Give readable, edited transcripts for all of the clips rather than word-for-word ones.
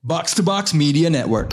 Box to Box Media Network.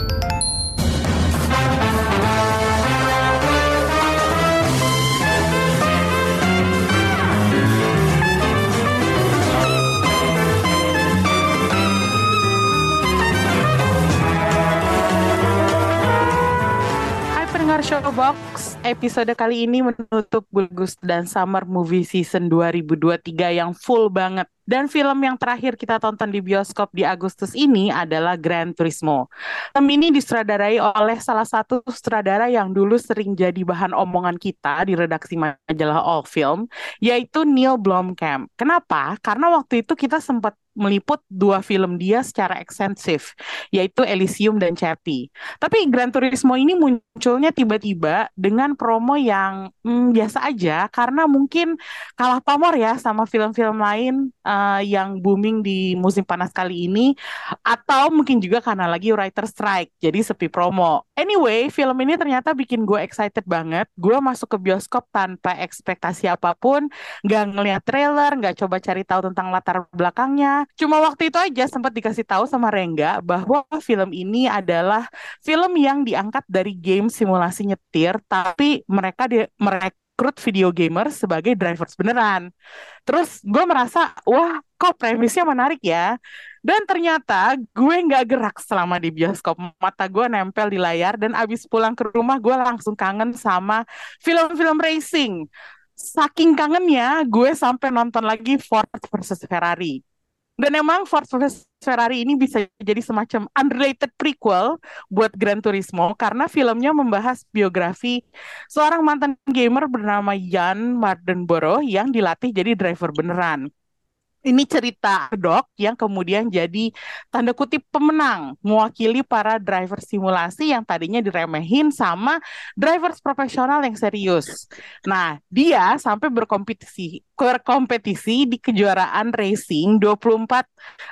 Hai pendengar Showbox, episode kali ini menutup Bulgus dan Summer Movie Season 2023 yang full banget. Dan film yang terakhir kita tonton di bioskop di Agustus ini adalah Gran Turismo. Film ini disutradarai oleh salah satu sutradara yang dulu sering jadi bahan omongan kita di redaksi majalah All Film, yaitu Neil Blomkamp. Kenapa? Karena waktu itu kita sempat meliput dua film dia secara ekstensif, yaitu Elysium dan Chappie. Tapi Gran Turismo ini munculnya tiba-tiba dengan promo yang biasa aja karena mungkin kalah pamor ya sama film-film lain yang booming di musim panas kali ini, atau mungkin juga karena lagi writer strike, jadi sepi promo. Anyway, film ini ternyata bikin gue excited banget. Gue masuk ke bioskop tanpa ekspektasi apapun, nggak ngeliat trailer, nggak coba cari tahu tentang latar belakangnya. Cuma waktu itu aja sempat dikasih tahu sama Rengga bahwa film ini adalah film yang diangkat dari game simulasi nyetir, tapi mereka merekrut video gamer sebagai drivers beneran. Terus gue merasa, wah kok premisnya menarik ya. Dan ternyata gue nggak gerak selama di bioskop. Mata gue nempel di layar dan abis pulang ke rumah gue langsung kangen sama film-film racing. Saking kangennya, gue sampai nonton lagi Ford versus Ferrari. Dan emang Ford vs Ferrari ini bisa jadi semacam unrelated prequel buat Gran Turismo karena filmnya membahas biografi seorang mantan gamer bernama Jan Mardenborough yang dilatih jadi driver beneran. Ini cerita dok yang kemudian jadi tanda kutip pemenang, mewakili para driver simulasi yang tadinya diremehin sama drivers profesional yang serius. Nah, dia sampai berkompetisi di kejuaraan racing 24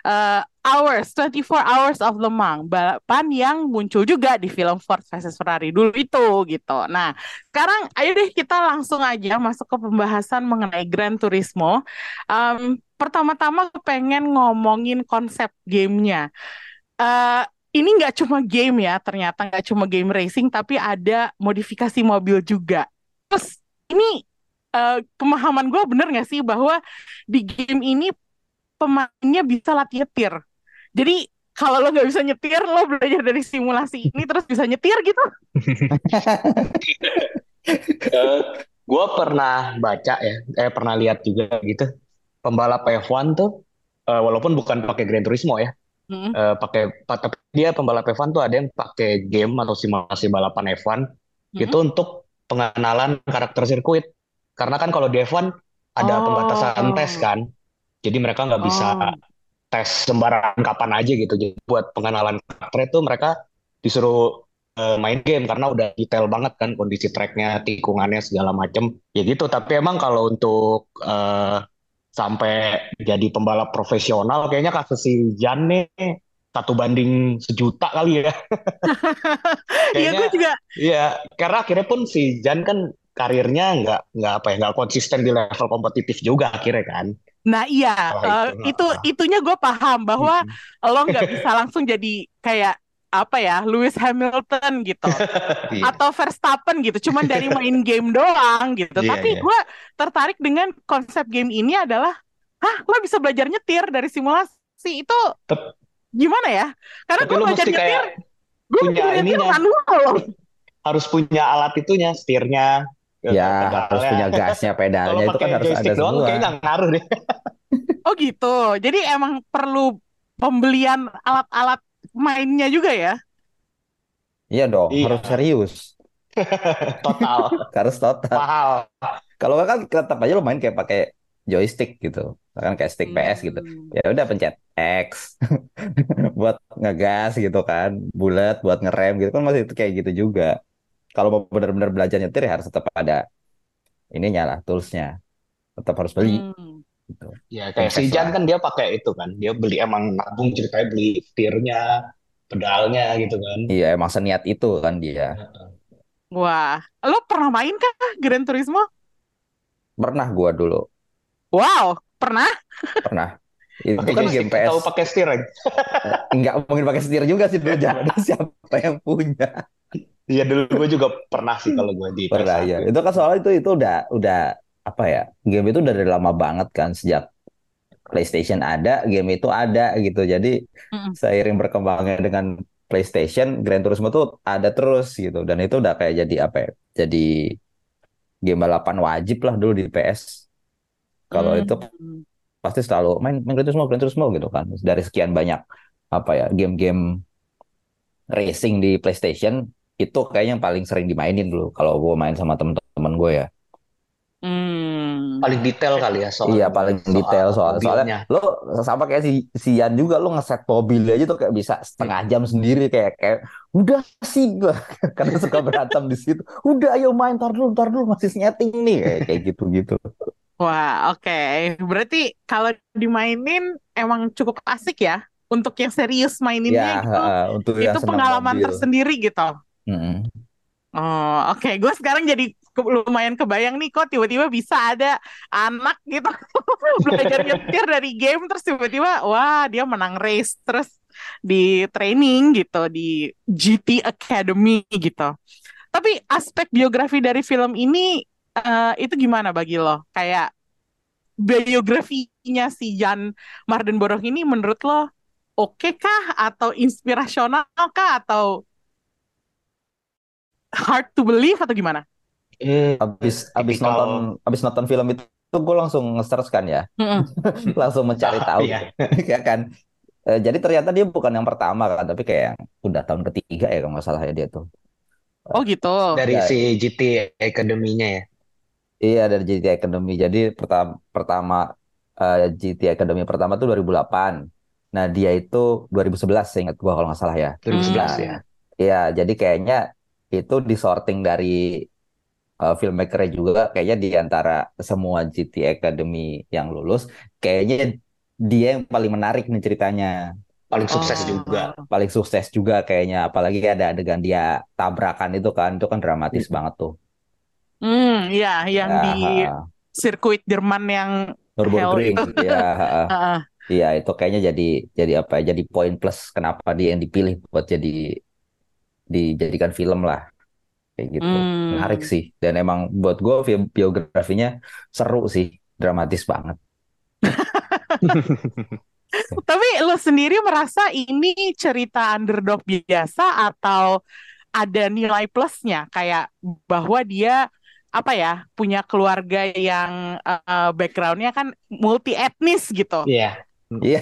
hours, 24 hours of Le Mans, balapan yang muncul juga di film Ford versus Ferrari dulu itu gitu. Nah, sekarang ayo deh kita langsung aja masuk ke pembahasan mengenai Gran Turismo. Pertama-tama pengen ngomongin konsep gamenya. Eh, ini nggak cuma game ya, ternyata nggak cuma game racing, tapi ada modifikasi mobil juga. Terus ini pemahaman gue bener nggak sih bahwa di game ini pemainnya bisa latih nyetir. Jadi kalau lo nggak bisa nyetir, lo belajar dari simulasi ini terus bisa nyetir gitu. Eh, gue pernah baca ya, pernah lihat juga gitu. Pembalap F1 tuh, walaupun bukan pakai Gran Turismo ya, Hmm. tapi dia pembalap F1 tuh ada yang pakai game atau simulasi balapan F1 Hmm. gitu untuk pengenalan karakter sirkuit. Karena kan kalau di F1 ada pembatasan tes Oh, kan, jadi mereka nggak bisa oh. tes sembarangan kapan aja gitu. Jadi buat pengenalan karakter itu mereka disuruh main game karena udah detail banget kan kondisi tracknya, tikungannya segala macem. Ya gitu. Tapi emang kalau untuk sampai jadi pembalap profesional, kayaknya kasus si Jan nih 1 banding 1 juta kali ya. Iya, Kayaknya gue juga. iya. Karena akhirnya pun si Jan kan karirnya nggak apa ya nggak konsisten di level kompetitif juga akhirnya kan. Nah iya, Setelah itu. itunya gue paham bahwa lo nggak bisa langsung jadi kayak apa ya, Lewis Hamilton gitu, Iya. atau Verstappen gitu, cuman dari main game doang gitu. Iya, Tapi iya. gue tertarik dengan konsep game ini adalah, hah, lo bisa belajar nyetir dari simulasi itu Tep- gimana ya? Karena Tapi gue lu belajar mesti nyetir, kayak gue belajar punya nyetir ininya, manual loh. harus punya alat itunya, setirnya, Ya, harus pedalnya. punya gasnya, Kalau pedalnya itu kan pakai harus ada joystick doang semua. kayaknya nggak ngaruh deh. Oh gitu, jadi emang perlu pembelian alat-alat mainnya juga ya? Iya dong, harus Iya, serius, total harus total. mahal. Kalau nggak kan tetap aja lo main kayak pakai joystick gitu, kan kayak stick PS gitu. Hmm. Ya udah pencet X buat ngegas gitu kan, bulat buat ngerem gitu kan masih itu kayak gitu juga. Kalau mau benar-benar belajar nyetir ya harus tetap ada ininya lah, toolsnya, tetap harus beli Hmm. gitu, Ya kayak si invest Jan lah. kan dia pakai itu kan, dia beli emang nabung ceritanya beli setirnya, pedalnya gitu kan. Iya emang seniat itu kan dia. Wah, lo pernah main kah Gran Turismo? Pernah gua dulu, Wow, pernah? pernah. Itu Pakai kan joystick game PS. atau pakai steering? Nggak mungkin pakai setir juga sih dulu zaman siapa yang punya. Iya dulu gue juga pernah sih kalau gue di Pernah ya. PS1. Itu kan soalnya itu udah apa ya? Game itu udah dari lama banget kan sejak PlayStation ada, game itu ada gitu. Jadi Mm-mm. seiring berkembangnya dengan PlayStation, Gran Turismo tuh ada terus gitu. Dan itu udah kayak jadi apa ya? Jadi game balapan wajib lah dulu di PS. Kalau itu Mm. pasti selalu main Gran Turismo gitu kan. Dari sekian banyak apa ya game-game racing di PlayStation itu kayaknya yang paling sering dimainin dulu kalau gue main sama temen-temen gue ya. Hmm. Paling detail kali ya Iya paling detail soalnya mobilnya. lo sama kayak si Ian juga lo ngeset mobil aja tuh kayak bisa setengah jam sendiri kayak udah sih gua karena suka berantem di situ. Udah ayo main tar dulu masih setting nih kayak gitu-gitu. Wah, oke. Berarti kalau dimainin emang cukup asik ya. Untuk yang serius Ya maininnya gitu, untuk yang itu senang pengalaman mobil. tersendiri gitu. Mm-mm. Oh, oke. Gue sekarang jadi lumayan kebayang nih kok tiba-tiba bisa ada anak gitu belajar nyetir dari game terus tiba-tiba wah dia menang race terus di training gitu di GT Academy gitu. Tapi aspek biografi dari film ini itu gimana bagi lo? Kayak biografinya si Jan Mardenborough ini menurut lo oke kah atau inspirasional kah atau hard to believe atau gimana? Abis Tipikal. nonton film itu gue langsung nge-search kan ya, Mm-mm. langsung mencari tahu Iya. ya kan. Jadi ternyata dia bukan yang pertama kan, tapi kayak yang udah tahun ketiga ya kalau nggak salah ya dia tuh. Oh gitu. Dari Ya, si GT Academy-nya ya. iya dari GT Academy. Jadi pertama pertama GT Academy pertama tuh 2008. Nah, dia itu 2011 seingat gua kalau nggak salah ya. 2011 Nah, ya. Hmm. iya jadi kayaknya itu disorting dari filmmaker juga kayaknya di antara semua GT Academy yang lulus, kayaknya dia yang paling menarik nih ceritanya. Paling sukses juga. Oh. Paling sukses juga kayaknya, apalagi ada adegan dia tabrakan itu kan dramatis banget tuh. Ya, yang Ya, di sirkuit Jerman yang hell Nürburgring, itu. ya, Heeh. iya itu kayaknya jadi apa ya? Jadi poin plus kenapa dia yang dipilih buat dijadikan film lah kayak gitu. Menarik Hmm. sih dan emang buat gue biografinya seru sih, dramatis banget. Tapi lo sendiri merasa ini cerita underdog biasa atau ada nilai plusnya kayak bahwa dia apa ya punya keluarga yang backgroundnya kan multi etnis gitu. Iya. Iya,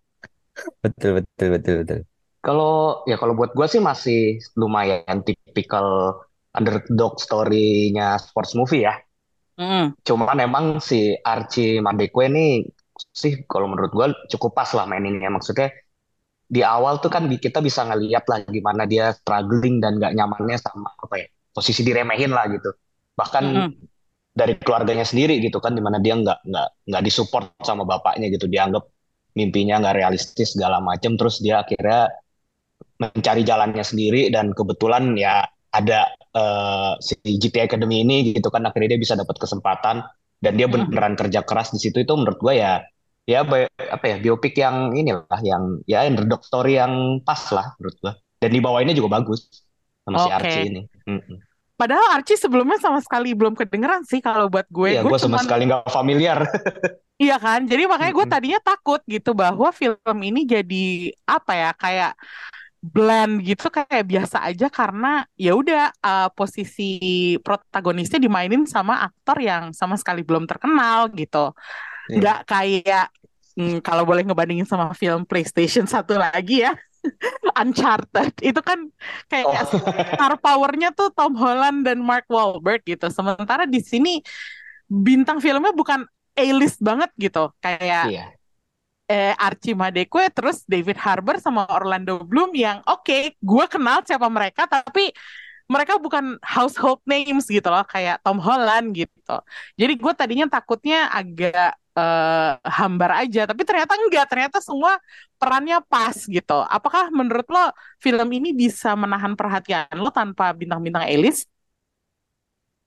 betul betul betul betul. Kalau buat gue sih masih lumayan tipikal underdog story-nya sports movie ya. Mm. Cuman emang si Archie Madekwe ini sih kalau menurut gue cukup pas lah maininnya. Maksudnya di awal tuh kan kita bisa ngeliat lah gimana dia struggling dan gak nyamannya sama apa ya posisi diremehin lah gitu. Bahkan Mm-mm. dari keluarganya sendiri gitu kan, dimana dia nggak disupport sama bapaknya gitu, dianggap mimpinya nggak realistis segala macem, terus dia akhirnya mencari jalannya sendiri dan kebetulan ya ada si GT Academy ini gitu kan, akhirnya dia bisa dapat kesempatan dan dia Mm-mm. beneran kerja keras di situ. Itu menurut gue ya apa ya biopik yang inilah yang ya underdog story yang pas lah menurut gue, dan dibawainnya juga bagus sama si Oke. Archie ini. Mm-mm. Padahal Archie sebelumnya sama sekali belum kedengeran sih kalau buat gue. Iya, Gue gue sama cuman sekali nggak familiar. iya kan. Jadi makanya gue Mm-mm. tadinya takut gitu bahwa film ini jadi apa ya kayak blend gitu kayak biasa aja karena ya udah posisi protagonisnya dimainin sama aktor yang sama sekali belum terkenal gitu. Iya. Nggak kayak kalau boleh ngebandingin sama film PlayStation satu lagi ya, Uncharted. Itu kan kayak Oh. star powernya tuh Tom Holland dan Mark Wahlberg gitu. Sementara di sini bintang filmnya bukan A-list banget gitu. Kayak Iya. Archie Madekwe terus David Harbour sama Orlando Bloom yang oke, gue kenal siapa mereka tapi mereka bukan household names gitu loh kayak Tom Holland gitu. Jadi gue tadinya takutnya agak hambar aja tapi ternyata enggak, ternyata semua perannya pas gitu. Apakah menurut lo film ini bisa menahan perhatian lo tanpa bintang-bintang A-list?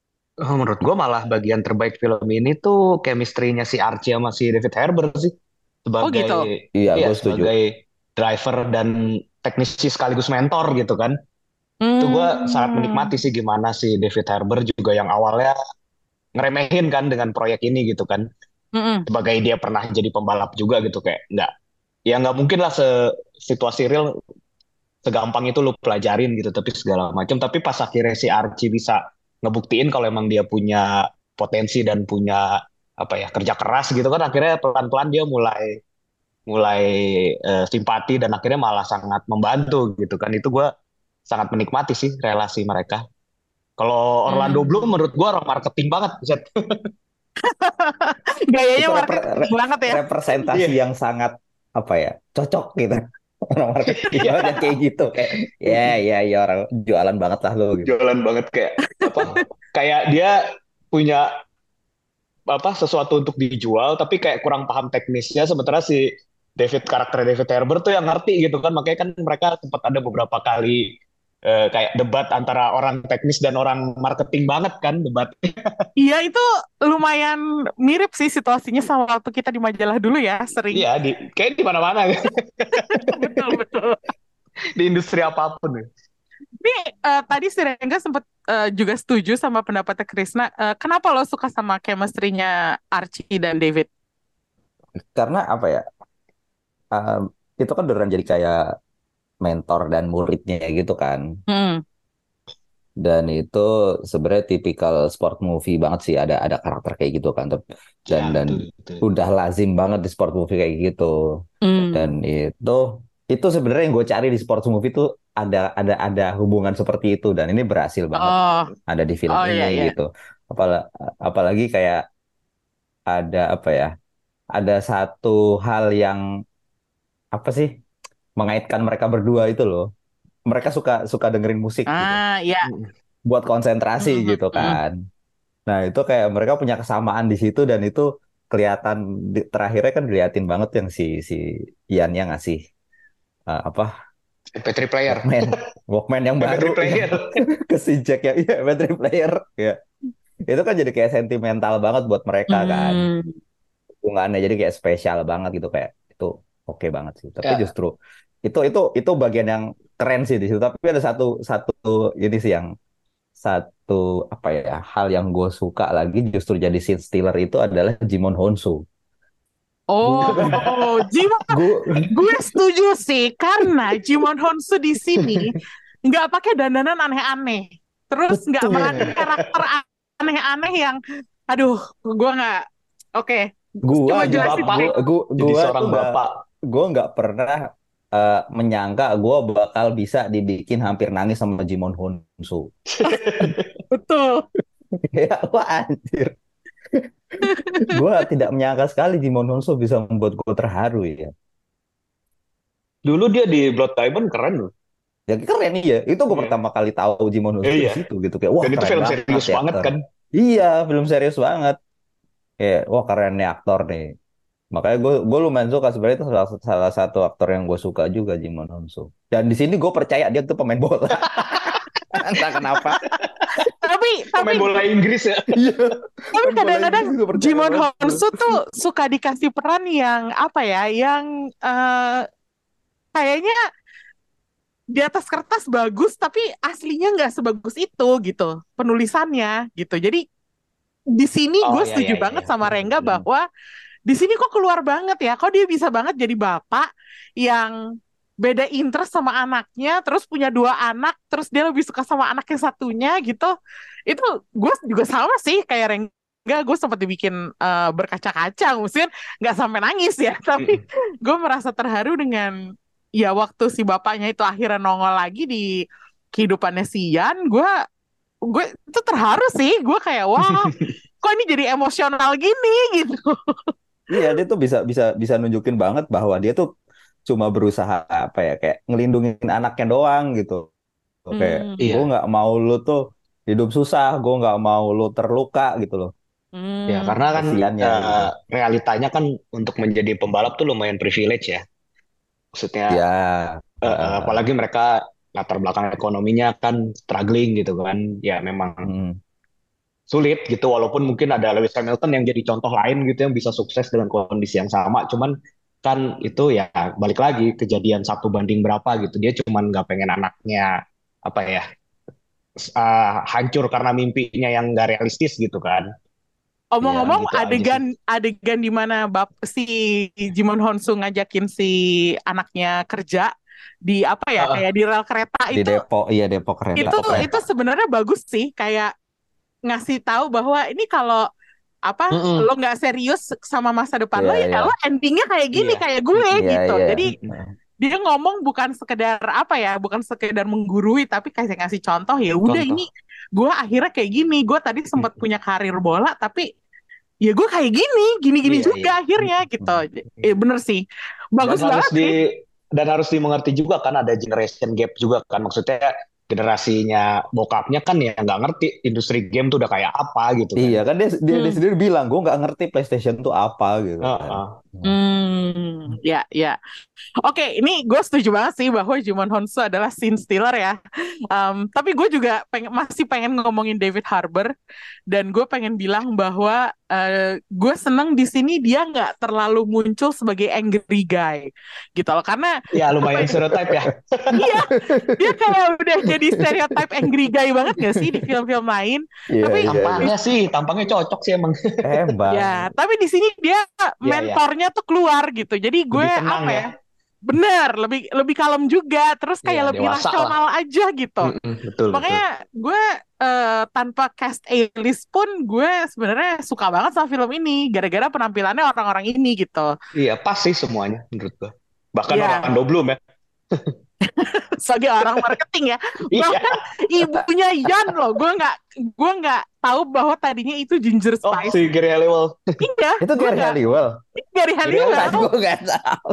Menurut gue malah bagian terbaik film ini tuh chemistry-nya si Archie sama si David Harbour sih. Oh sebagai gitu. Iya, iya gue setuju. sebagai driver dan teknisi sekaligus mentor gitu kan. Itu gue sangat menikmati Hmm. sih gimana si David Harbour juga yang awalnya ngeremehin kan dengan proyek ini gitu kan. Mm-mm. Sebagai dia pernah jadi pembalap juga gitu kayak nggak ya nggak mungkin lah situasi real segampang itu lu pelajarin gitu tapi segala macam tapi pas akhirnya si Archie bisa ngebuktiin kalau emang dia punya potensi dan punya apa ya kerja keras gitu kan akhirnya pelan-pelan dia mulai mulai simpati dan akhirnya malah sangat membantu gitu kan itu gue sangat menikmati sih relasi mereka. Kalau Orlando Bloom Hmm. menurut gue orang marketing banget Buset. Gayanya Itu marketing banget ya. representasi Iya, yang sangat apa ya, cocok gitu. Orang marketing iya, banget yang kayak gitu kayak ya orang jualan banget lah lo gitu. jualan banget kayak apa? Kayak dia punya apa sesuatu untuk dijual tapi kayak kurang paham teknisnya sementara si karakter David Harbour tuh yang ngerti gitu kan makanya kan mereka sempat ada beberapa kali kayak debat antara orang teknis dan orang marketing banget kan debat. Iya itu lumayan mirip sih situasinya sama waktu kita di majalah dulu ya, sering. Iya di kayak di mana-mana Betul betul. di industri apapun ya. Ini tadi si Rengga sempat juga setuju sama pendapatnya Krisna. Kenapa lo suka sama chemistry-nya Archie dan David? Karena apa ya? um, itu kan beneran jadi kayak mentor dan muridnya gitu kan. Hmm. Dan itu sebenarnya tipikal sport movie banget sih ada karakter kayak gitu kan. Dan Ya dan betul betul. udah lazim banget di sport movie kayak gitu. Dan Hmm. itu sebenarnya yang gue cari di sport movie itu ada hubungan seperti itu dan ini berhasil banget Oh, ada di film oh ini iya iya. gitu. Apalagi kayak ada apa ya? Ada satu hal yang apa sih mengaitkan mereka berdua itu loh. Mereka suka suka dengerin musik gitu Ah iya. buat konsentrasi Hmm, gitu hmm. kan. Nah, itu kayak mereka punya kesamaan di situ dan itu kelihatan terakhirnya kan diliatin banget yang si Ian yang ngasih apa MP3 player. Walkman Walkman yang MP3 baru yang player. ke si Jack ya iya battery player ya itu kan jadi kayak sentimental banget buat mereka kan Hmm. hubungannya jadi kayak spesial banget gitu kayak itu oke banget sih tapi Ya, justru itu bagian yang keren sih di situ tapi ada satu satu ini sih yang satu apa ya hal yang gue suka lagi justru jadi scene stealer itu adalah Jimon Honsu. Oh, Jimon, Gue gue setuju sih karena Jimon Honsu di sini nggak pakai dandanan aneh-aneh, terus nggak betul. meranin karakter aneh-aneh yang, aduh, gue nggak. Oke, Gua coba jadi aja jelasin bapak, sih. jadi gua tuh seorang bapak. gua nggak pernah menyangka gua bakal bisa dibikin hampir nangis sama Jimon Honsu. Betul. Ya, wah anjir. Gua tidak menyangka sekali Jimon Honsu bisa membuat gua terharu ya. Dulu dia di Blood Diamond keren loh. Ya keren nih ya. Itu gua Iya. pertama kali tahu Jimon Honsu tuh di Iya. situ gitu kayak wah Dan itu keren film banget serius ya banget aktor. kan. Iya, film serius banget. Kayak wah keren nih aktor nih. Makanya gue lumayan suka sebenarnya itu salah satu aktor yang gue suka juga Jimon Honsu. Dan di sini gue percaya dia tuh pemain bola. Entah kenapa. Tapi Pemain bola Inggris ya. Iya, tapi pemain bola kadang-kadang Inggris gue percaya Jimon banget. Honsu tuh suka dikasih peran yang apa ya, yang kayaknya di atas kertas bagus tapi aslinya nggak sebagus itu gitu penulisannya gitu. Jadi di sini Oh gue iya setuju iya iya. banget sama Benar, Rengga benar. bahwa di sini kok keluar banget ya, kok dia bisa banget jadi bapak yang beda interest sama anaknya, terus punya dua anak, terus dia lebih suka sama anak yang satunya gitu. Itu gue juga sama sih kayak Rengga, gue sempat dibikin berkaca-kaca, mungkin nggak sampai nangis ya, tapi Mm-mm. gue merasa terharu dengan ya waktu si bapaknya itu akhirnya nongol lagi di kehidupannya si Yan, gue itu terharu sih, gue kayak wah, kok ini jadi emosional gini gitu. Iya, dia tuh bisa bisa bisa nunjukin banget bahwa dia tuh cuma berusaha apa ya kayak ngelindungin anaknya doang gitu. Kayak gue Hmm, Iya. nggak mau lu tuh hidup susah, gue nggak mau lu terluka gitu loh. Ya hmm, karena kan Kasiannya gitu. realitanya kan untuk menjadi pembalap tuh lumayan privilege ya. Maksudnya Ya, apalagi mereka latar belakang ekonominya kan struggling gitu kan. Ya memang mm, sulit gitu walaupun mungkin ada Lewis Hamilton yang jadi contoh lain gitu yang bisa sukses dengan kondisi yang sama cuman kan itu ya balik lagi kejadian 1 banding berapa gitu. Dia cuman nggak pengen anaknya apa ya hancur karena mimpinya yang nggak realistis gitu kan. Ya Omong-omong, gitu aja sih. adegan di mana si Jimon Honsu ngajakin si anaknya kerja di apa ya, Heeh, kayak di rel kereta Di itu Depok, iya Depok kereta. itu Depok itu kereta. sebenarnya bagus sih, kayak ngasih tahu bahwa ini kalau apa Mm-mm. lo nggak serius sama masa depan lo Iya, ya iya. lo endingnya kayak gini Iya. kayak gue Iya, gitu. iya. Jadi Mm-mm. dia ngomong bukan sekedar apa ya, bukan sekedar menggurui, tapi kayak ngasih contoh. Ya udah, Contoh. ini gue akhirnya kayak gini, gue tadi sempat Mm-mm. punya karir bola tapi ya gue kayak gini Iya, iya. juga akhirnya gitu. Bener sih, Dan bagus harus banget sih. dimengerti juga kan ada generation gap juga kan, maksudnya generasinya bokapnya kan ya nggak ngerti industri game tuh udah kayak apa gitu kan. Iya kan dia Hmm. sendiri bilang gue nggak ngerti PlayStation tuh apa gitu kan. Heeh. Ya. Oke, ini gue setuju banget sih bahwa Jimon Honsu adalah scene stealer ya. Tapi gue juga masih pengen ngomongin David Harbour, dan gue pengen bilang bahwa gue seneng di sini dia nggak terlalu muncul sebagai angry guy, gitu loh. Karena Ya apa lumayan ya? stereotype ya. Iya, dia kayak udah jadi stereotype angry guy banget gak sih di film-film lain? Iya, Tapi iya, iya. Tampangnya cocok sih emang. Emang. ya, tapi di sini dia Iya, ya. mentornya tuh keluar gitu. Jadi gue Lebih tenang apa ya. ya? Bener, lebih lebih kalem juga, terus Iya, kayak lebih dewasa lah. rasional aja gitu. Mm-mm, betul, betul. Makanya gue tanpa cast A-list pun gue sebenarnya suka banget sama film ini gara-gara penampilannya orang-orang ini gitu. Iya, pas sih semuanya menurut gua. Bahkan Ya, Orlando Bloom ya. sebagai orang marketing ya. Iya. Bahkan ibunya Yan loh, gue nggak tahu bahwa tadinya itu Ginger Oh, Spice. si Gary Halliwell. Iya, Itu gue Gary nggak. Halliwell. Gary Halliwell. Kan gue nggak tahu.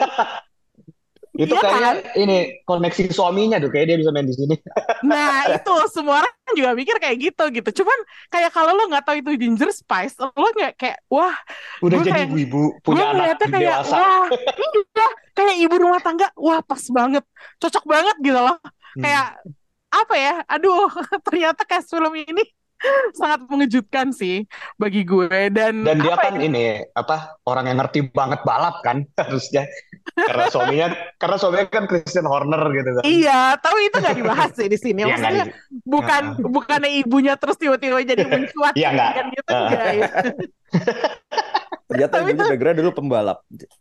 Itu Iya kayaknya kan? ini koneksi suaminya tuh, kayak dia bisa main di sini. Nah itu semua orang juga mikir kayak gitu. Cuman kayak kalau lo nggak tahu itu Ginger Spice, lo nggak kayak wah, Udah gue jadi kayak ibu-ibu, gue punya anak ngeliatnya kayak dewasa. wah, iya kayak ibu rumah tangga, wah pas banget, cocok banget gitu loh. Kayak apa ya? Aduh, ternyata cast film ini sangat mengejutkan sih bagi gue, dan Dan dia apa kan ya? ini apa orang yang ngerti banget balap kan harusnya, karena suaminya kan Christian Horner gitu kan. Iya, tapi itu nggak dibahas sih di sini. Iya nggak Maksudnya bukannya ibunya terus tiba-tiba jadi mencuat Iya nggak. kan gitu enggak ya. Ternyata Tapi ibunya itu background dulu pembalap.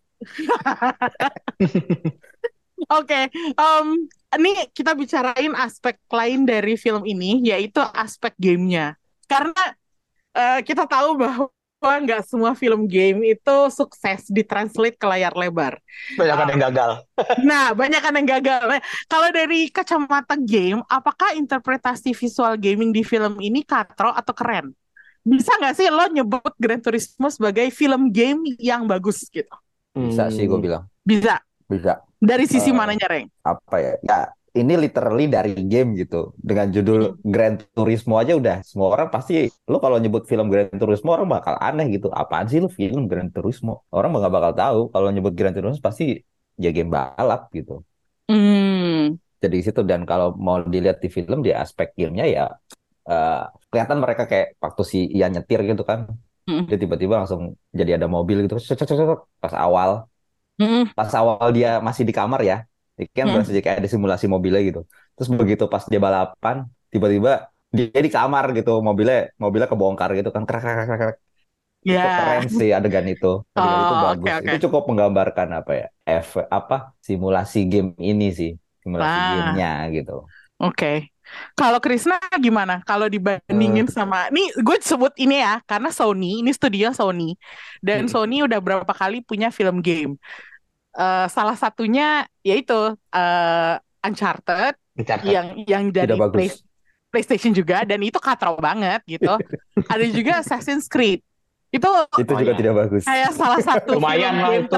oke. Ini kita bicarain aspek lain dari film ini, yaitu aspek gamenya. Karena kita tahu bahwa nggak semua film game itu sukses ditranslate ke layar lebar. Banyak kan yang gagal. Nah, banyak kan yang gagal. Nah, kalau dari kacamata game, apakah interpretasi visual gaming di film ini katro atau keren? Bisa nggak sih lo nyebut Gran Turismo sebagai film game yang bagus gitu? Bisa sih gue bilang. Bisa. Bisa. Dari sisi Eh, mananya, Reng? Apa ya? Ya, ini literally dari game gitu. Dengan judul Gran Turismo aja udah semua orang pasti, lo kalau nyebut film Gran Turismo orang bakal aneh gitu. Apaan sih lo film Gran Turismo? Orang nggak bakal tahu kalau nyebut Gran Turismo pasti ya game balap gitu. Hmm. Jadi di situ, dan kalau mau dilihat di film di aspek gamenya ya kelihatan mereka kayak waktu si Ian nyetir gitu kan. Mm-mm. Dia tiba-tiba langsung jadi ada mobil gitu. Cek, cek, cek, cek. Mm-mm. Pas awal dia masih di kamar ya, dia kan Mm-mm. berasa kayak ada simulasi mobilnya gitu. Terus begitu pas dia balapan, tiba-tiba dia di kamar gitu, mobilnya kebongkar gitu kan, krak, krak, krak, krak. Itu Ya. keren sih adegan itu Oh, bagus. oke. Itu cukup menggambarkan apa ya, simulasi game ini sih, simulasi Nah, gamenya gitu. oke. Kalau Krisna gimana? Kalau dibandingin sama, nih gue sebut ini ya, karena ini studio Sony, dan Sony udah berapa kali punya film game. Salah satunya yaitu Uncharted yang Tidak dari bagus. PlayStation juga, dan itu katro banget gitu. Ada juga Assassin's Creed. Itu Itu juga tidak bagus. kayak salah satu Lumayan film lah game itu.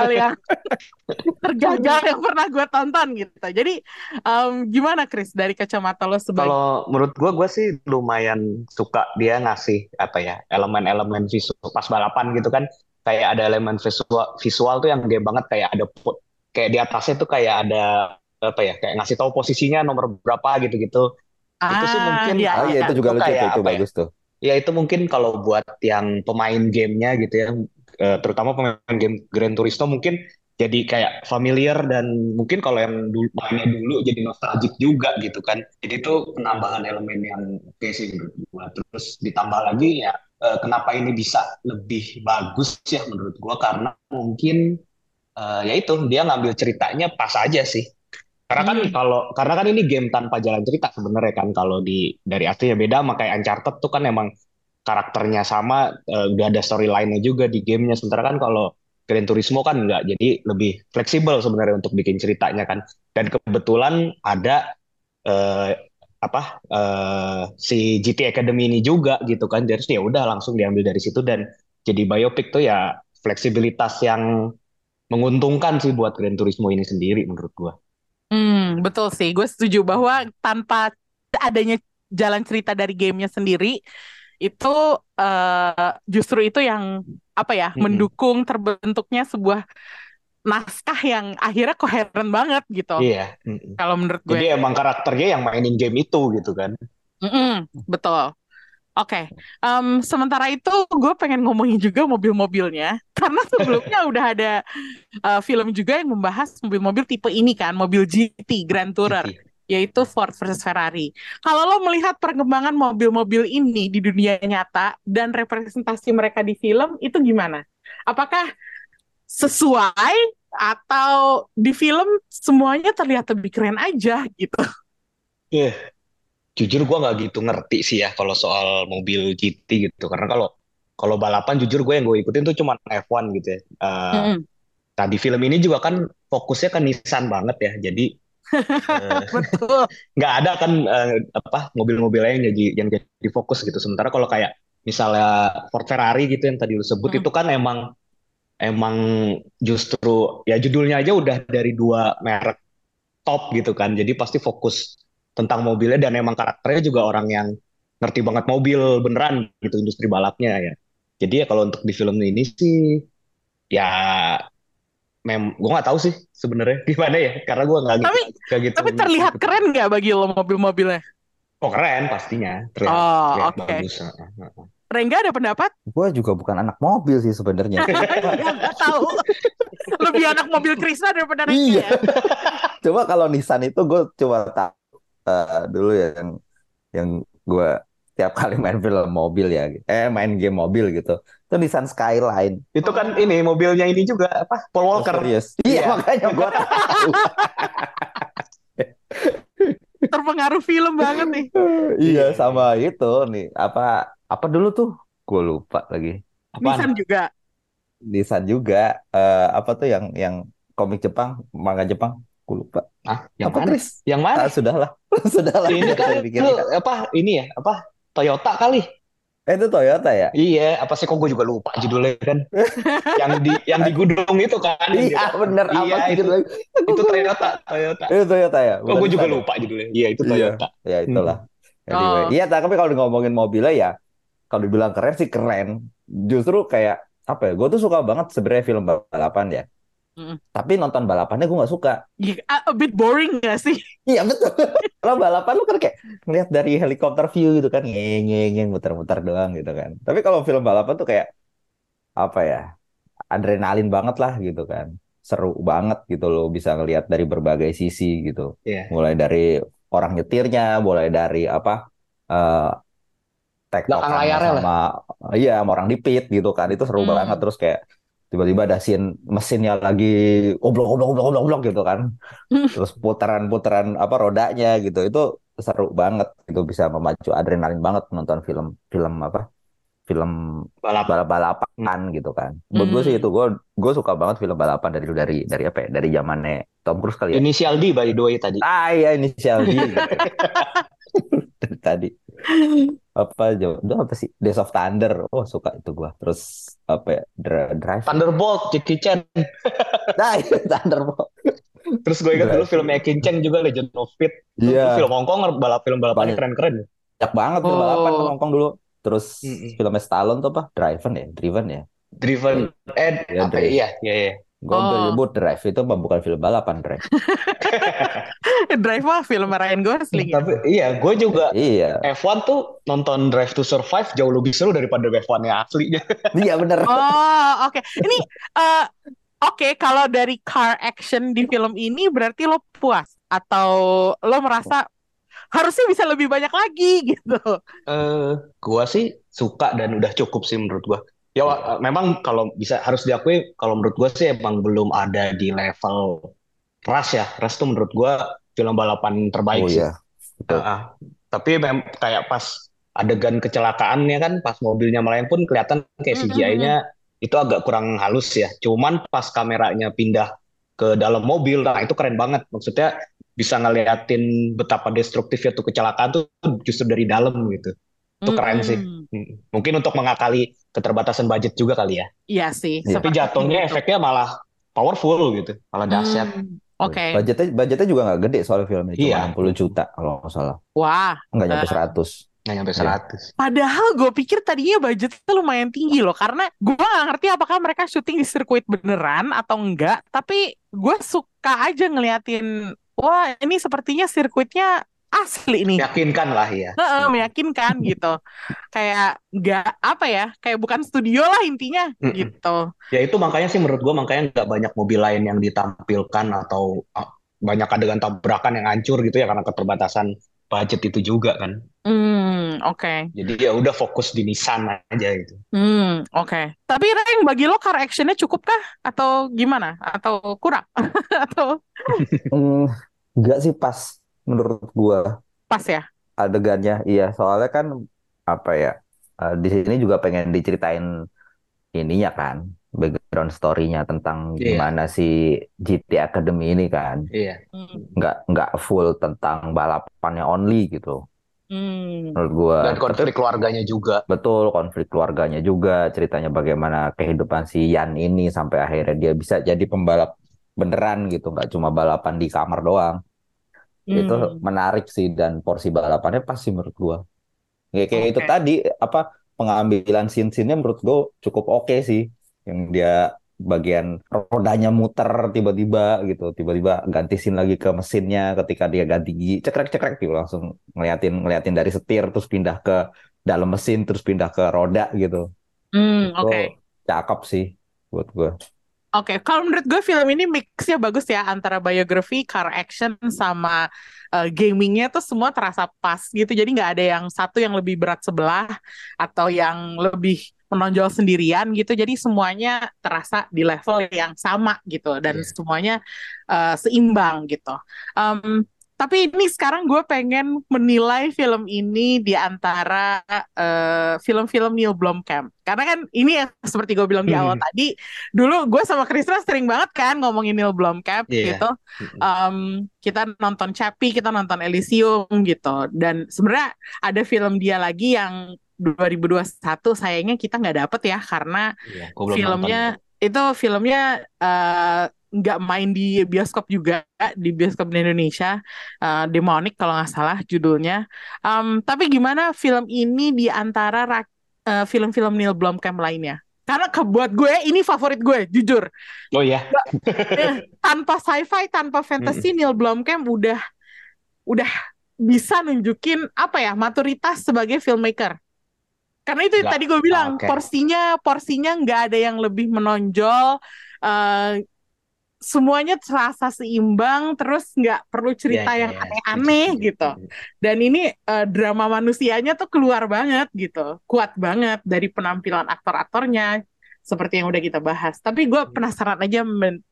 tergagal yang pernah gue tonton gitu. Jadi gimana Chris dari kacamata lo sebagai Kalau menurut gue sih lumayan suka dia ngasih apa ya elemen-elemen visual pas balapan gitu kan, kayak ada elemen visual tuh yang gede banget, kayak ada kayak di atasnya tuh kayak ada apa ya, kayak ngasih tahu posisinya nomor berapa gitu-gitu. Itu sih mungkin ya, itu juga lucu tuh, kayak itu apa ya? bagus tuh. Ya itu mungkin kalau buat yang pemain gamenya gitu ya, terutama pemain game Gran Turismo mungkin jadi kayak familiar dan mungkin kalau yang dulu mainnya dulu jadi nostalgic juga gitu kan. Jadi itu penambahan elemen yang oke sih menurut gua. Terus ditambah lagi ya kenapa ini bisa lebih bagus ya menurut gua karena mungkin ya itu dia ngambil ceritanya pas aja sih. Karena kan Hmm. karena kan ini game tanpa jalan cerita sebenarnya kan kalau dari aslinya beda sama kayak Uncharted tuh kan emang karakternya sama, udah ada storyline-nya juga di gamenya. Sementara kan kalau Gran Turismo kan enggak, jadi lebih fleksibel sebenarnya untuk bikin ceritanya kan. Dan kebetulan ada eh, si GT Academy ini juga gitu kan. Jadi ya udah langsung diambil dari situ dan jadi biopic tuh ya fleksibilitas yang menguntungkan sih buat Gran Turismo ini sendiri menurut gua. Betul sih. Gue setuju bahwa tanpa adanya jalan cerita dari gamenya sendiri, itu justru itu yang apa ya, Mm-mm. mendukung terbentuknya sebuah naskah yang akhirnya koheren banget gitu. Iya. Mm-mm. Kalau menurut Jadi gue. emang karakternya yang mainin game itu gitu kan. Betul. Oke, sementara itu gue pengen ngomongin juga mobil-mobilnya, karena sebelumnya udah ada film juga yang membahas mobil-mobil tipe ini kan, mobil GT, Grand Tourer, GT. yaitu Ford versus Ferrari. Kalau lo melihat perkembangan mobil-mobil ini di dunia nyata dan representasi mereka di film, itu gimana? Apakah sesuai atau di film semuanya terlihat lebih keren aja gitu? Eh, jujur gue nggak gitu ngerti sih ya kalau soal mobil GT gitu. Karena kalau kalau balapan jujur gue yang gue ikutin tuh cuma F1 gitu ya. Mm-mm. Nah di film ini juga kan fokusnya ke Nissan banget ya. Jadi Betul. nggak ada kan mobil-mobilnya yang jadi fokus gitu. Sementara kalau kayak misalnya Ford Ferrari gitu yang tadi lu sebut Mm-mm. itu kan emang emang justru ya judulnya aja udah dari dua merek top gitu kan. Jadi pasti fokus tentang mobilnya dan emang karakternya juga orang yang ngerti banget mobil beneran gitu industri balapnya ya. Jadi ya kalau untuk di film ini sih ya gue nggak tahu sih sebenarnya gimana ya karena gue Tapi nggak gitu tapi terlihat ngikutin. keren nggak bagi lo mobil-mobilnya? Oh keren pastinya terlihat Oh, terlihat oke. bagus. Rengga ada pendapat? Gue juga bukan anak mobil sih sebenarnya. Ya nggak tahu. Lebih anak mobil Krisna daripada Rengga Iya, ya. coba kalau Nissan itu gue coba tahu dulu ya yang gue tiap kali main film mobil ya, main game mobil gitu. Itu Nissan Skyline. Itu kan Oh, ini mobilnya ini juga apa Paul Oh Walker. serius? Iya Iya. makanya gue tahu. terpengaruh film banget nih. Iya Iya, sama iya. itu nih apa apa dulu tuh gue lupa lagi. Nissan Apaan? juga. Nissan juga apa tuh yang komik Jepang, manga Jepang, gue lupa. Ah, yang Apa mana? Chris? Yang mana? Sudahlah, sudahlah, Ini nggak usah kali dipikirin. ini ya apa Toyota kali. Itu Toyota ya? Iya, apa sih kok gue juga lupa judulnya kan. Yang di gudung itu kan yang Iya dia. bener apa Iya, sih itu judulnya? Aku itu lupa. Toyota, Toyota. Itu Toyota ya, Kok bukan gue juga Nissan ya? lupa judulnya. Iya, itu Iya, Toyota. ya itulah. Mm-mm. Anyway, Oh, iya tapi kalau ngomongin mobilnya ya, kalau dibilang keren sih keren. Justru kayak apa ya? Gue tuh suka banget sebenarnya film balapan ya. mm. Tapi nonton balapannya gue nggak suka. A bit boring gak sih? Iya betul. Kalau balapan lu kan kayak ngeliat dari helikopter view gitu kan, ngeng ngeng ngeng, muter-muter doang gitu kan. Tapi kalau film balapan tuh kayak apa ya? Adrenalin banget lah gitu kan. Seru banget gitu loh bisa ngelihat dari berbagai sisi gitu. Iya. Mulai dari orang nyetirnya, mulai dari apa eh Belakang tektokannya layarnya lah. sama iya sama orang di pit gitu kan. Itu seru banget Hmm. terus kayak tiba-tiba ada scene mesinnya lagi oblong oblong oblong oblong oblong gitu kan. Terus putaran-putaran apa rodanya gitu. Itu seru banget itu bisa memacu adrenalin banget nonton film film apa? Film Balap. balap-balapan gitu kan. Buat gue sih itu Hmm. gue suka banget film balapan dari apa ya? Dari zamannya Tom Cruise kali ya. Inisial D by the way tadi. Iya Inisial D gitu. Dari tadi apa itu apa sih Days of Thunder. Oh suka itu gue. Terus apa ya? Drive. Thunderbolt, Jackie Chan. Nah, itu Thunderbolt. Terus gue ingat dulu Drive. filmnya Jackie Chan juga Legend of Speed. Itu Iya, film Hongkong film balapannya banyak keren-keren. banget film balapan kan Oh, Hongkong dulu. Terus Mm-mm. filmnya Stallone tuh apa? Driven ya, Driven ya. Driven hmm. eh Ya apa ya? Drive. Iya, iya, iya. Gue Oh, menyebut Drive itu bukan film balapan, Drive. Drive mah film Ryan Gosling ya. Tapi iya, gue juga Iya, F1 tuh nonton Drive to Survive jauh lebih seru daripada F1 yang aslinya. iya bener. Oh, oke. Ini eh oke, kalau dari car action di film ini berarti lo puas atau lo merasa harusnya bisa lebih banyak lagi gitu. Gua sih suka dan udah cukup sih menurut gua. Ya memang kalau bisa harus diakui kalau menurut gua sih emang belum ada di level Rush ya. Rush tuh menurut gua film balapan Oh terbaik sih. iya, betul. Tapi kayak pas adegan kecelakaannya kan pas mobilnya melayang pun kelihatan kayak Mm-mm. CGI-nya itu agak kurang halus ya. Cuman pas kameranya pindah ke dalam mobil, nah itu keren banget. Maksudnya bisa ngeliatin betapa destruktifnya tuh kecelakaan tuh justru dari dalam gitu. Itu keren sih. Mm-mm. Mungkin untuk mengakali keterbatasan budget juga kali ya. Iya sih, Iya. Tapi sepertinya jatuhnya gitu. efeknya malah powerful gitu, malah dahsyat. Oke. Budgetnya juga nggak gede soal filmnya, cuma Iya, 60 juta kalau nggak salah. Wah. Nggak nyampe eh, 100. nggak nyampe Iya. 100. Padahal gue pikir tadinya budgetnya lumayan tinggi loh, karena gue gak ngerti apakah mereka syuting di sirkuit beneran atau enggak, tapi gue suka aja ngeliatin, wah ini sepertinya sirkuitnya asli nih. Meyakinkan lah ya. Heeh, meyakinkan gitu. Kayak nggak apa ya, kayak bukan studio lah intinya Mm-mm. gitu. Ya itu makanya sih menurut gua makanya nggak banyak mobil lain yang ditampilkan atau banyak adegan tabrakan yang hancur gitu ya karena keterbatasan budget itu juga kan. Oke. Jadi ya udah fokus di Nissan aja gitu. Oke. Tapi Reng, bagi lo car actionnya cukup kah? Atau gimana? Atau kurang? Atau Hmm, nggak sih pas menurut gua pas ya? adegannya. Iya, soalnya kan apa ya? Di sini juga pengen diceritain ininya kan, background story-nya tentang Iya, gimana si GT Academy ini kan. iya. Hmm. Nggak full tentang balapannya only gitu Hmm. menurut gua. Dan Tapi konflik keluarganya juga. betul konflik keluarganya juga, ceritanya bagaimana kehidupan si Yan ini sampai akhirnya dia bisa jadi pembalap beneran gitu, nggak cuma balapan di kamar doang. Itu Hmm. menarik sih dan porsi balapannya pas sih menurut gua. Kayak itu Oke. tadi apa pengambilan scene-scene-nya menurut gua cukup oke sih. Yang dia bagian rodanya muter tiba-tiba gitu, tiba-tiba ganti scene lagi ke mesinnya ketika dia ganti gigi, cekrek-cekrek gitu langsung ngeliatin ngeliatin dari setir terus pindah ke dalam mesin terus pindah ke roda gitu. Itu Oke. cakep sih buat gua. Oke, kalau menurut gue film ini mixnya bagus ya antara biografi, car action, sama gamingnya tuh semua terasa pas gitu. Jadi nggak ada yang satu yang lebih berat sebelah atau yang lebih menonjol sendirian gitu. Jadi semuanya terasa di level yang sama gitu dan Iya. semuanya seimbang gitu. Em, tapi ini sekarang gue pengen menilai film ini di antara film-film Neil Blomkamp. Karena kan ini yang seperti gue bilang di awal tadi, dulu gue sama Krisna sering banget kan ngomongin Neil Blomkamp Iya. gitu. Kita nonton Chappie, kita nonton Elysium gitu. Dan sebenarnya ada film dia lagi yang 2021 sayangnya kita nggak dapet ya karena Iya, gua belum nonton. filmnya nggak main di bioskop juga di bioskop di Indonesia, Demonic kalau nggak salah judulnya. Tapi gimana film ini di antara film-film Neil Blomkamp lainnya? Karena buat gue ini favorit gue, jujur. Oh iya. Tanpa sci-fi, tanpa fantasy, Neil Blomkamp udah bisa nunjukin apa ya maturitas sebagai filmmaker. Karena itu Nggak. tadi gue bilang Oke. porsinya nggak ada yang lebih menonjol. eh, Semuanya terasa seimbang, terus nggak perlu Iya, cerita iya, yang iya. Setuju, aneh-aneh setuju. gitu. Dan ini drama manusianya tuh keluar banget gitu, kuat banget dari penampilan aktor-aktornya, seperti yang udah kita bahas. Tapi gue penasaran aja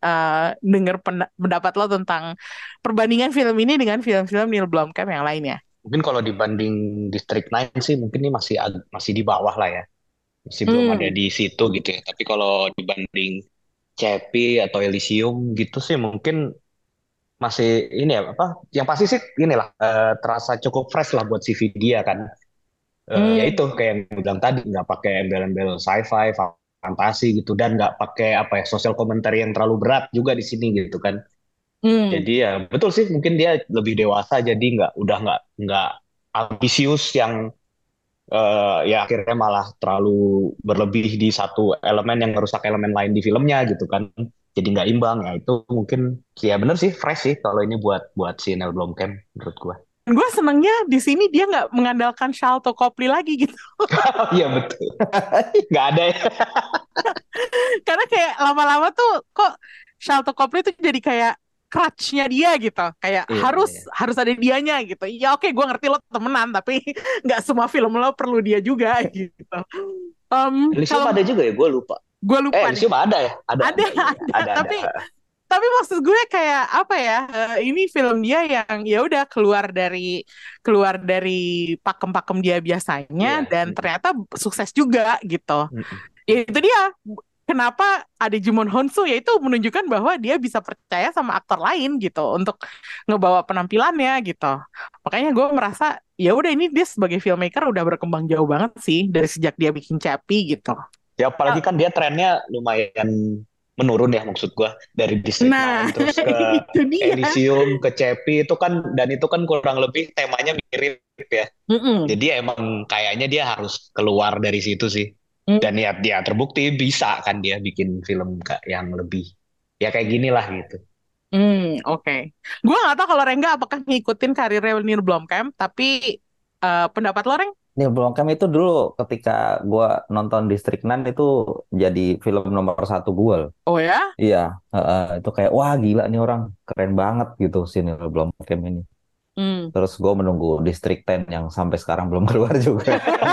denger pendapat lo tentang perbandingan film ini dengan film-film Neil Blomkamp yang lainnya. Mungkin kalau dibanding District 9 sih mungkin ini masih di bawah lah ya. Masih belum ada Hmm. di situ gitu ya. Tapi kalau dibanding Cepi atau Elysium gitu sih mungkin masih ini ya apa? Yang pasti sih inilah terasa cukup fresh lah buat CV dia kan. Ya itu Hmm. kayak yang gue bilang tadi nggak pakai embel-embel sci-fi, fantasi gitu dan nggak pakai apa ya sosial komentari yang terlalu berat juga di sini gitu kan. Hmm. Jadi ya betul sih mungkin dia lebih dewasa jadi nggak ambisius yang ya akhirnya malah terlalu berlebih di satu elemen yang merusak elemen lain di filmnya gitu kan. jadi nggak imbang ya. Itu mungkin ya bener sih, fresh sih kalau ini buat buat si Neil Blomkamp menurut gua. Gue senengnya di sini dia nggak mengandalkan Sharlto Copley lagi gitu. Oh iya betul, nggak ada ya. Karena kayak lama-lama tuh kok Sharlto Copley tuh jadi kayak crutch-nya dia gitu. Kayak Iya, harus iya. harus ada dianya gitu. Ya oke, gue ngerti lo temenan, tapi nggak semua film lo perlu dia juga gitu. Elysium Kalau ada juga ya, gue lupa. gue lupa deh. Elysium ada ya, Ada, iya. ada. Ada. Tapi maksud gue kayak apa ya? Ini film dia yang ya udah keluar dari pakem-pakem dia biasanya Iya. dan ternyata sukses juga gitu. Mm-mm. Ya itu dia. Kenapa ada Jimon Honsu, yaitu menunjukkan bahwa dia bisa percaya sama aktor lain gitu untuk ngebawa penampilannya gitu. Makanya gue merasa ya udah ini dia sebagai filmmaker udah berkembang jauh banget sih dari sejak dia bikin Chappie gitu. Ya apalagi kan dia trennya lumayan menurun ya, maksud gua, dari District Nah, 9 terus ke itu dia. Elysium ke Cepi itu kan, dan itu kan kurang lebih temanya mirip ya. Mm-mm. Jadi emang kayaknya dia harus keluar dari situ sih. Mm. Dan ya dia terbukti bisa kan dia bikin film yang lebih ya kayak gini lah gitu. Oke. Gue nggak tahu kalau Rengga apakah ngikutin karir Neil Blomkamp, tapi pendapat lo, Reng? Neil Blomkamp itu dulu ketika gua nonton District 9 itu jadi film nomor satu gue loh. Oh ya? Iya, itu kayak wah gila nih orang keren banget gitu si Neil Blomkamp ini. Hmm. Terus gue menunggu District 10 yang sampai sekarang belum keluar juga.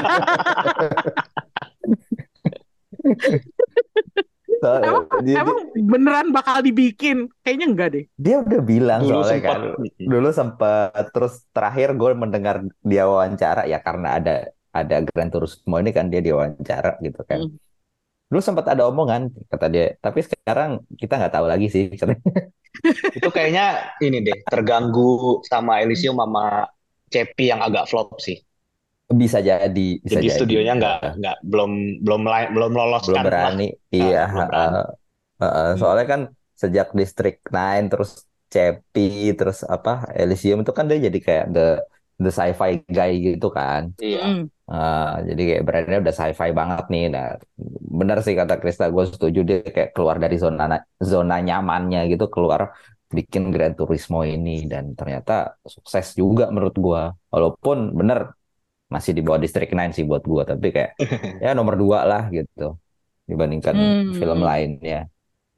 Emang, Dia, emang beneran bakal dibikin? Kayaknya enggak deh. dia udah bilang Dulu soalnya sempat kan. Dulu sempat, terus terakhir gue mendengar dia wawancara ya karena ada Gran Turismo ini kan dia diwawancara gitu kan. Hmm. Dulu sempat ada omongan kata dia, tapi sekarang kita nggak tahu lagi sih. Itu kayaknya ini deh, terganggu sama Elysium sama Cepi yang agak flop sih. Bisa bisa Jadi jadi. studionya nggak belum Belum loloskan lah. berani. Iya, Belum berani. Hmm. soalnya kan sejak District 9 terus Cepi terus apa Elysium itu kan dia jadi kayak the sci-fi guy gitu kan. Iya. Hmm. Jadi kayak brandnya udah sci-fi banget nih. Nah, benar sih kata Krista, gue setuju dia kayak keluar dari zona nyamannya gitu, keluar bikin Gran Turismo ini dan ternyata sukses juga menurut gue. Walaupun bener masih di bawah District 9 sih buat gue, tapi kayak ya nomor 2 lah gitu dibandingkan film Hmm. lainnya.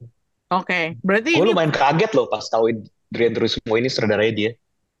Oke. Berarti Gue ini, lumayan kaget loh pas tahu Gran Turismo ini sutradaranya dia.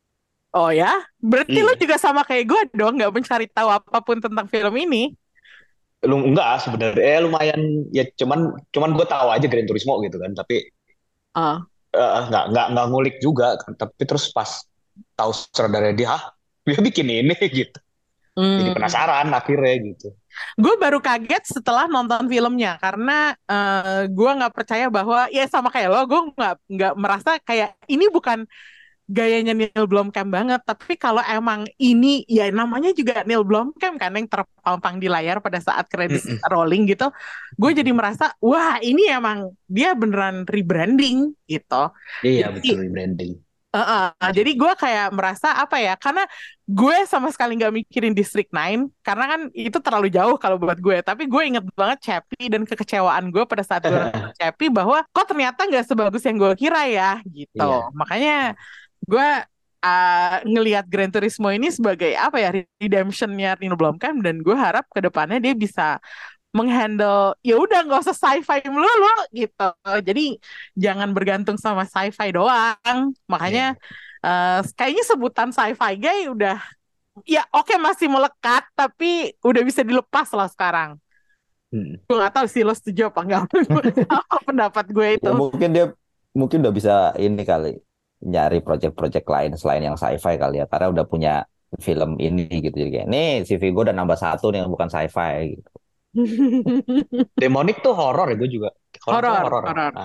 oh ya? Berarti lo Iya. juga sama kayak gue dong, nggak mencari tahu apapun tentang film ini. Lu enggak sebenarnya, lumayan ya, cuman gue tahu aja Gran Turismo gitu kan, tapi Ah. nggak ngulik juga kan. Tapi terus pas tahu sutradaranya dia, dia bikin ini gitu. Jadi Hmm. penasaran akhirnya gitu. Gue baru kaget setelah nonton filmnya karena gue nggak percaya bahwa ya sama kayak lo, gue nggak merasa kayak ini bukan gayanya Neil Blomkamp banget. Tapi kalau emang ini ya namanya juga Neil Blomkamp kan yang terpampang di layar pada saat kredit Mm-mm. rolling gitu, gue jadi merasa wah ini emang dia beneran rebranding gitu. Iya Jadi betul, rebranding. jadi gue kayak merasa apa ya, karena gue sama sekali nggak mikirin District 9 karena kan itu terlalu jauh kalau buat gue, tapi gue inget banget Chappie dan kekecewaan gue pada saat gue nonton Chappie bahwa kok ternyata nggak sebagus yang gue kira ya gitu. Iya. Makanya gue ngelihat Gran Turismo ini sebagai apa ya, redemptionnya Neil Blomkamp, dan gue harap kedepannya dia bisa menghandle ya udah nggak usah sci-fi melulu gitu. Jadi jangan bergantung sama sci-fi doang. Makanya kayaknya sebutan sci-fi guy udah ya oke masih melekat tapi udah bisa dilepas lah sekarang. Mm. Gue nggak tahu sih lo setuju apa enggak apa pendapat gue itu. Ya mungkin udah bisa ini kali nyari project-project lain selain yang sci-fi kali ya karena udah punya film ini gitu jadi kayak nih CV gue udah nambah satu nih yang bukan sci-fi gitu. Demonic tuh horor ya, gue juga. Horor ya. Horor.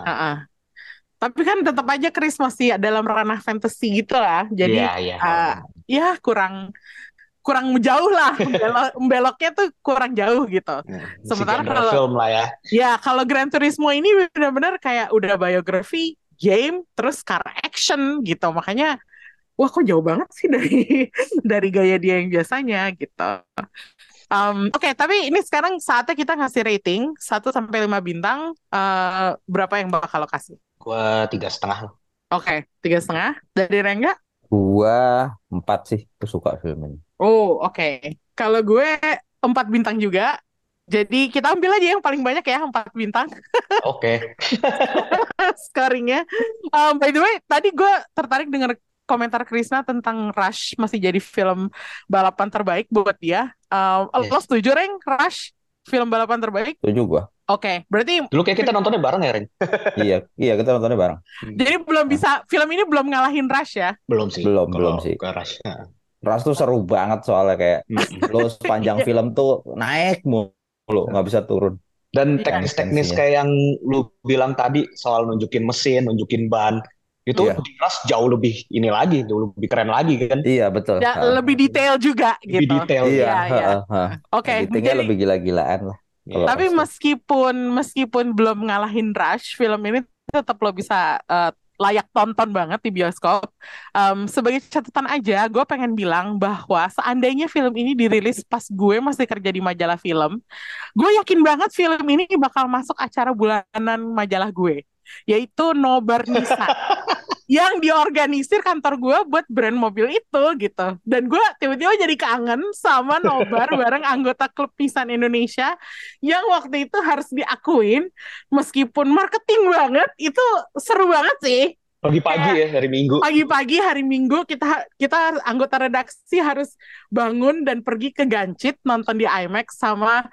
Tapi kan tetap aja Chris masih dalam ranah fantasy gitu lah. Jadi Iya. ya kurang jauh lah, beloknya tuh kurang jauh gitu. Si Sementara genre film lah ya. kalau Gran Turismo ini benar-benar kayak udah biografi, game, terus car action gitu. Makanya wah kok jauh banget sih dari dari gaya dia yang biasanya gitu. Oke, tapi ini sekarang saatnya kita ngasih rating 1 sampai 5 bintang. Berapa yang bakal lo kasih? Gua 3,5 lah. Oke, 3,5. Dari Rengga? Gua 4 sih, aku suka film ini. Oh, oke. Kalau gue 4 bintang juga. Jadi kita ambil aja yang paling banyak ya, 4 bintang Oke. scoringnya. By the way, tadi gue tertarik dengar komentar Krisna tentang Rush masih jadi film balapan terbaik buat dia. Lo Yes. setuju, Reng? Rush film balapan terbaik? Setuju gua. Oke, berarti Dulu kayak kita nontonnya bareng ya, Ren? Iya, kita nontonnya bareng. jadi belum bisa, film ini belum ngalahin Rush ya? Belum sih. Belum Kalau sih. ke Rush. Ras tuh seru banget soalnya kayak Mm-mm. lo sepanjang Iya. film tuh naik mulu, nggak bisa turun. Dan Iya. teknis-teknis Tensinya. kayak yang lu bilang tadi soal nunjukin mesin, nunjukin ban, itu Iya. di Rush jauh lebih ini lagi, jauh lebih keren lagi kan? Iya betul. Ya, lebih detail juga Lebih gitu. detail. Iya, Iya, iya. Oke, editingnya jadi lebih gila-gilaan lah. Kalau tapi Rush tuh. meskipun belum ngalahin Rush, film ini tetap lo bisa layak tonton banget di bioskop. Sebagai catatan aja, gue pengen bilang bahwa seandainya film ini dirilis pas gue masih kerja di majalah film, gue yakin banget film ini bakal masuk acara bulanan majalah gue, yaitu Nobar Nissan yang diorganisir kantor gue buat brand mobil itu gitu. Dan gue tiba-tiba jadi kangen sama nobar bareng anggota klub Nissan Indonesia yang waktu itu harus diakuin meskipun marketing banget itu seru banget sih. Pagi-pagi ya, hari Minggu. Pagi-pagi hari Minggu kita anggota redaksi harus bangun dan pergi ke Gancit nonton di IMAX sama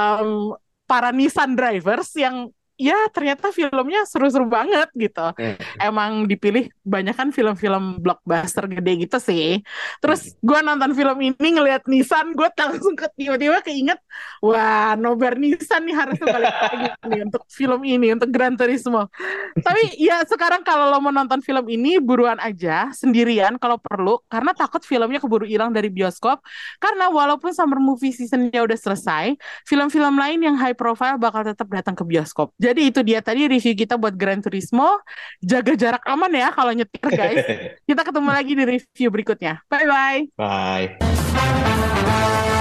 para Nissan drivers yang ya ternyata filmnya seru-seru banget gitu. Emang dipilih banyak kan film-film blockbuster gede gitu sih. Terus gue nonton film ini ngelihat Nissan, gue langsung tiba-tiba keinget, wah nobar Nissan nih harusnya balik lagi nih untuk film ini, untuk Gran Turismo. Tapi ya sekarang kalau lo mau nonton film ini buruan aja sendirian kalau perlu, karena takut filmnya keburu hilang dari bioskop. Karena walaupun summer movie seasonnya udah selesai, film-film lain yang high profile bakal tetap datang ke bioskop. Jadi itu dia tadi review kita buat Gran Turismo. Jaga jarak aman ya kalau nyetir guys. Kita ketemu lagi di review berikutnya. Bye-bye. Bye.